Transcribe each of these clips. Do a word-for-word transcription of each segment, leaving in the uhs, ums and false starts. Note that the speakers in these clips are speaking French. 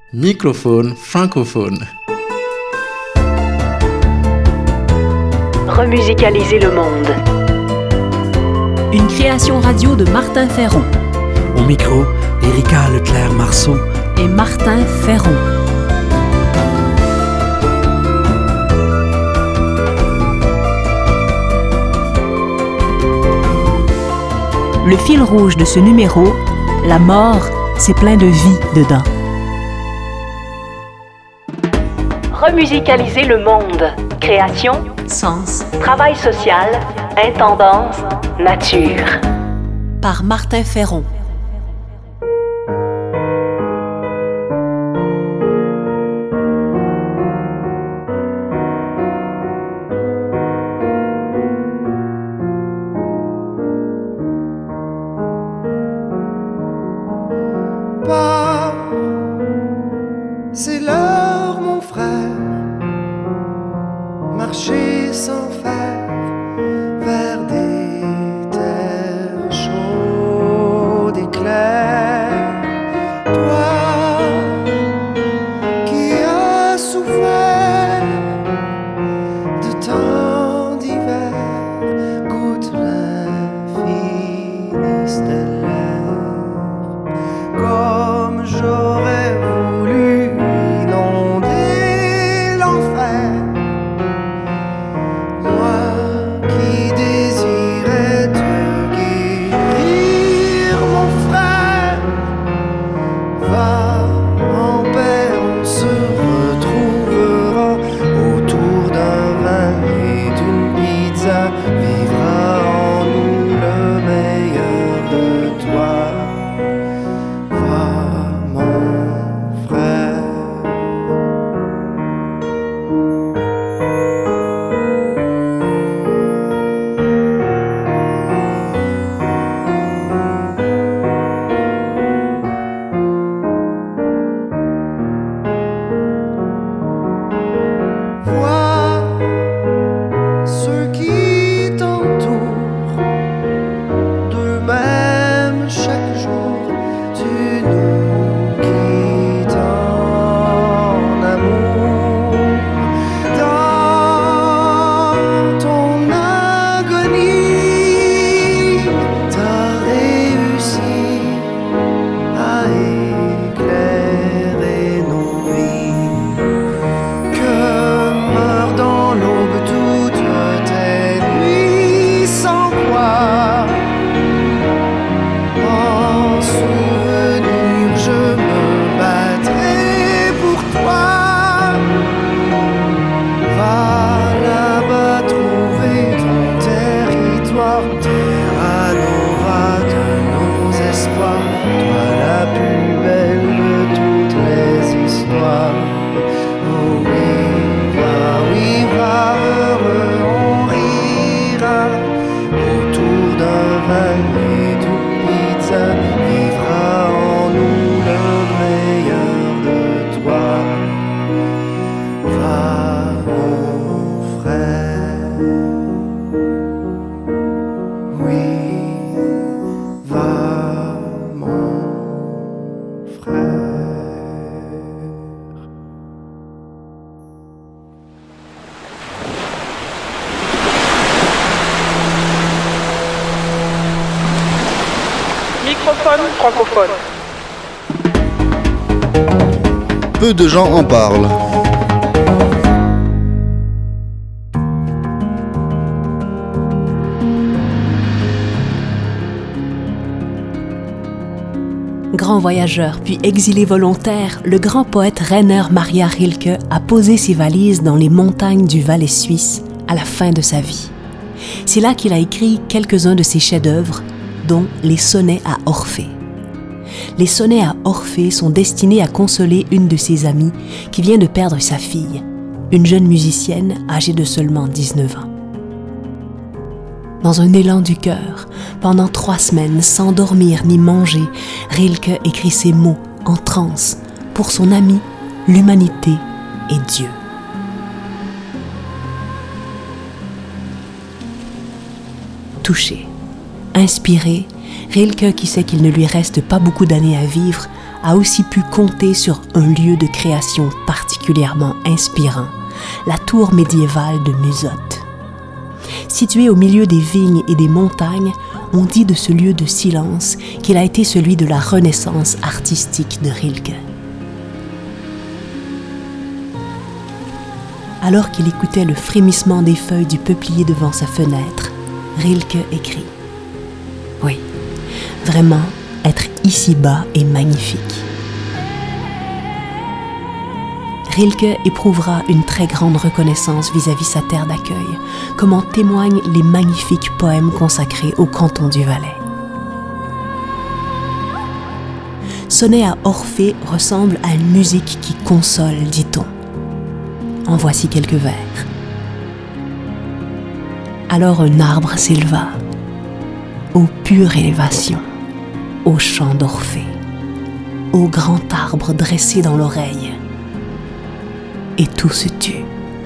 Microphone francophone. Remusicaliser le monde. Une création radio de Martin Ferron. Au micro, Erika Leclerc-Marceau et Martin Ferron. Le fil rouge de ce numéro, la mort, c'est plein de vie dedans. Remusicaliser le monde. Création, Sens, travail social, intendance, nature. Par Martin Ferron. Pars, c'est l'heure, mon frère. Marcher sans faire vers des terres chaudes et claires. Toi qui as souffert de tant d'hiver, goûte l'infini stellaire. Comme j'aurais voulu inonder l'enfer, moi qui désirais te guérir, mon frère. Va en paix, on se retrouvera autour d'un vin et d'une pizza. Vivra en nous le meilleur de toi. Va, mon frère. Vois ceux qui t'entourent, d'eux-mêmes chaque jour. Tu nous quittes en amour. Dans ton agonie, t'as réussi à éclairer nos vies. Que meurent dans l'aube toutes tes nuits sans voir. En souvenir, je me battrai pour toi. Va là-bas trouver ton territoire, terra nova de nos espoirs. Toi la plus belle de toutes les histoires. Oh oui, va, oui, va, heureux, on rira autour d'un vin et d'une pizza. Vivra en nous le meilleur de toi. Va, mon frère. Oui, va, mon frère. Microphone francophone. Peu de gens en parlent. Grand voyageur puis exilé volontaire, le grand poète Rainer Maria Rilke a posé ses valises dans les montagnes du Valais suisse à la fin de sa vie. C'est là qu'il a écrit quelques-uns de ses chefs-d'œuvre, dont les sonnets à Orphée. Les sonnets à Orphée sont destinés à consoler une de ses amies qui vient de perdre sa fille, une jeune musicienne âgée de seulement dix-neuf ans. Dans un élan du cœur, pendant trois semaines, sans dormir ni manger, Rilke écrit ces mots en transe pour son ami, l'humanité et Dieu. Touché, inspiré, Rilke, qui sait qu'il ne lui reste pas beaucoup d'années à vivre, a aussi pu compter sur un lieu de création particulièrement inspirant, la tour médiévale de Musotte. Située au milieu des vignes et des montagnes, on dit de ce lieu de silence qu'il a été celui de la renaissance artistique de Rilke. Alors qu'il écoutait le frémissement des feuilles du peuplier devant sa fenêtre, Rilke écrit « Oui, vraiment, être ici-bas est magnifique. » Rilke éprouvera une très grande reconnaissance vis-à-vis sa terre d'accueil, comme en témoignent les magnifiques poèmes consacrés au canton du Valais. Sonnet à Orphée ressemble à une musique qui console, dit-on. En voici quelques vers. Alors un arbre s'éleva, ô pure élévation, au chant d'Orphée, ô grand arbre dressé dans l'oreille, et tout se tut.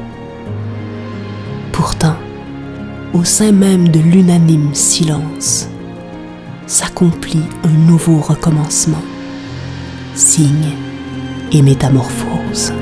Pourtant, au sein même de l'unanime silence, s'accomplit un nouveau recommencement, signe et métamorphose.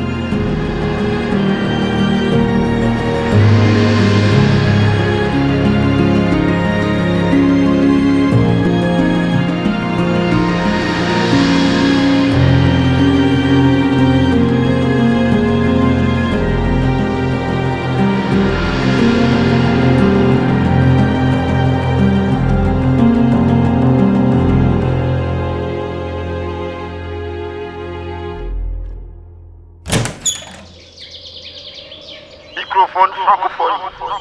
Microphone francophone.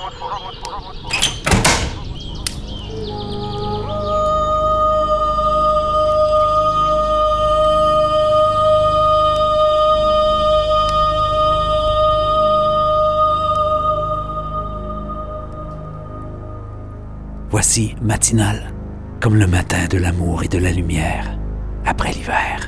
Voici matinale, comme le matin de l'amour et de la lumière, après l'hiver.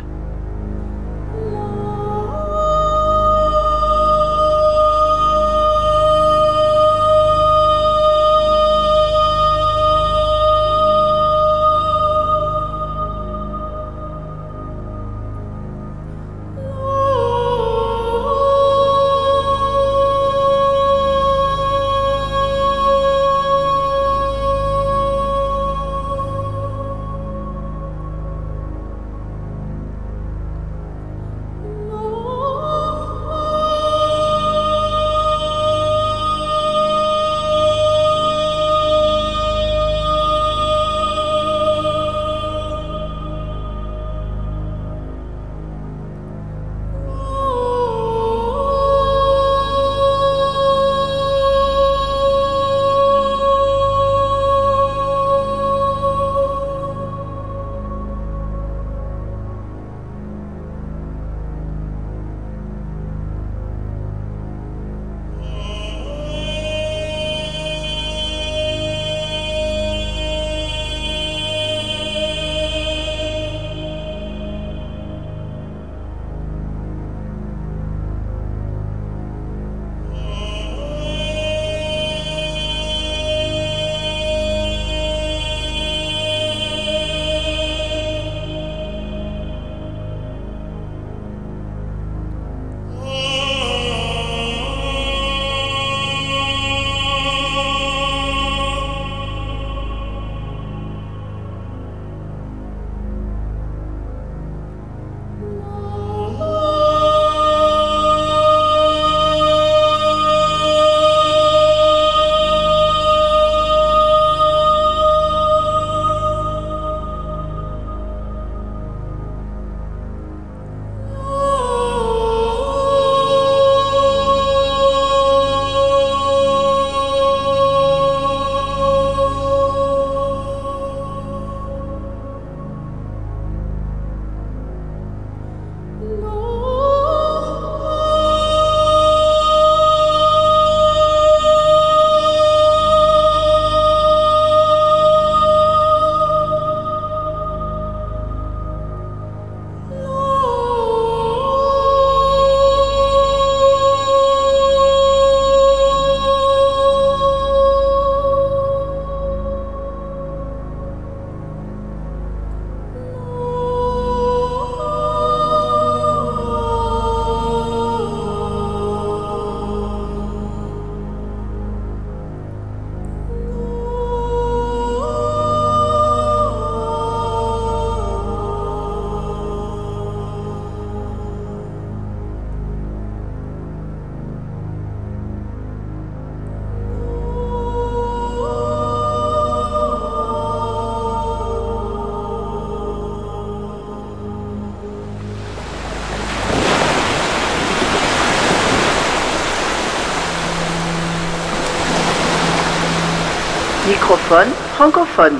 Microphone francophone.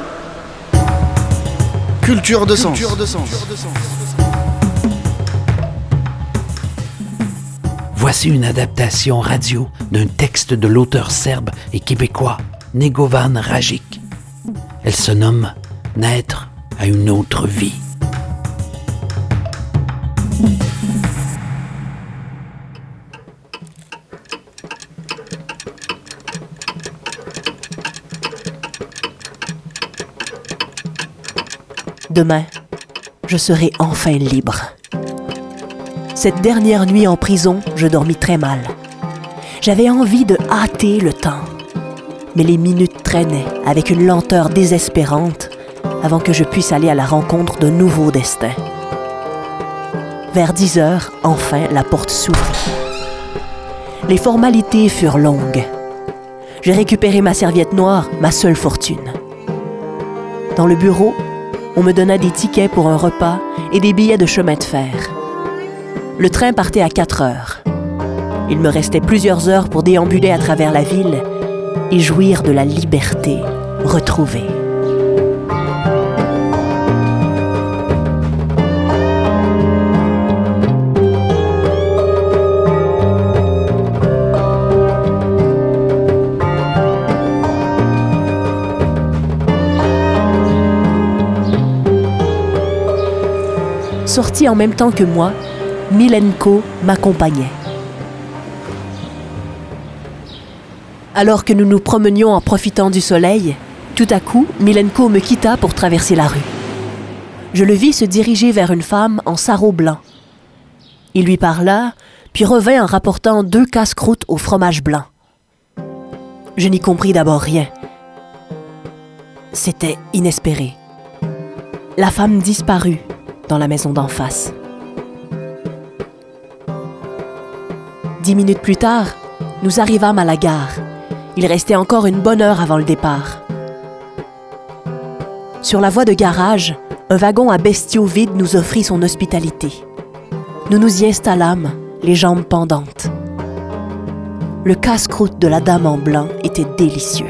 Culture de sens. Voici une adaptation radio d'un texte de l'auteur serbe et québécois Negovan Rajic. Elle se nomme « Naître à une autre vie ». Demain, je serai enfin libre. Cette dernière nuit en prison, je dormis très mal. J'avais envie de hâter le temps. Mais les minutes traînaient avec une lenteur désespérante avant que je puisse aller à la rencontre d'un nouveau destin. Vers dix heures, enfin, la porte s'ouvrit. Les formalités furent longues. J'ai récupéré ma serviette noire, ma seule fortune. Dans le bureau, on me donna des tickets pour un repas et des billets de chemin de fer. Le train partait à quatre heures. Il me restait plusieurs heures pour déambuler à travers la ville et jouir de la liberté retrouvée. Sorti en même temps que moi, Milenko m'accompagnait. Alors que nous nous promenions en profitant du soleil, tout à coup, Milenko me quitta pour traverser la rue. Je le vis se diriger vers une femme en sarrau blanc. Il lui parla, puis revint en rapportant deux casse-croûtes au fromage blanc. Je n'y compris d'abord rien. C'était inespéré. La femme disparut dans la maison d'en face. Dix minutes plus tard, nous arrivâmes à la gare. Il restait encore une bonne heure avant le départ. Sur la voie de garage, un wagon à bestiaux vide nous offrit son hospitalité. Nous nous y installâmes, les jambes pendantes. Le casse-croûte de la dame en blanc était délicieux.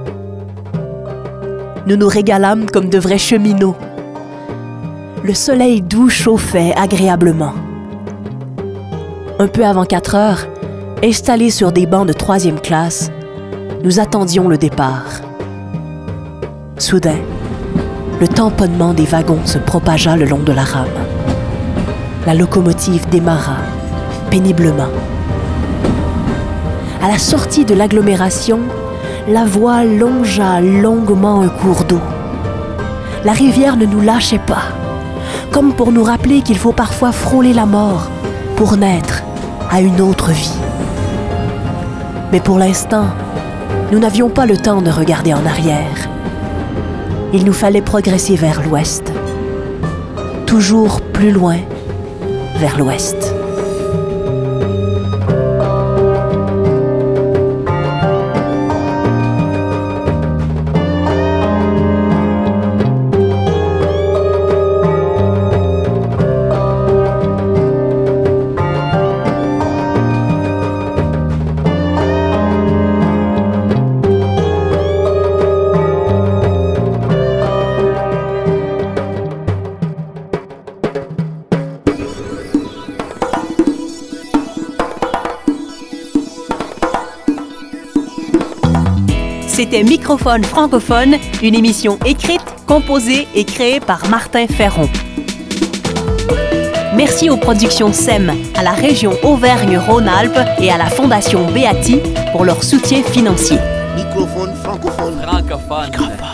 Nous nous régalâmes comme de vrais cheminots. Le soleil doux chauffait agréablement. Un peu avant quatre heures, installés sur des bancs de troisième classe, nous attendions le départ. Soudain, le tamponnement des wagons se propagea le long de la rame. La locomotive démarra, péniblement. À la sortie de l'agglomération, la voie longea longuement un cours d'eau. La rivière ne nous lâchait pas, comme pour nous rappeler qu'il faut parfois frôler la mort pour naître à une autre vie. Mais pour l'instant, nous n'avions pas le temps de regarder en arrière. Il nous fallait progresser vers l'ouest, toujours plus loin vers l'ouest. C'était Microphone francophone, une émission écrite, composée et créée par Martin Ferron. Merci aux productions S E M, à la région Auvergne-Rhône-Alpes et à la Fondation Beati pour leur soutien financier. Microphone francophone. Francophone.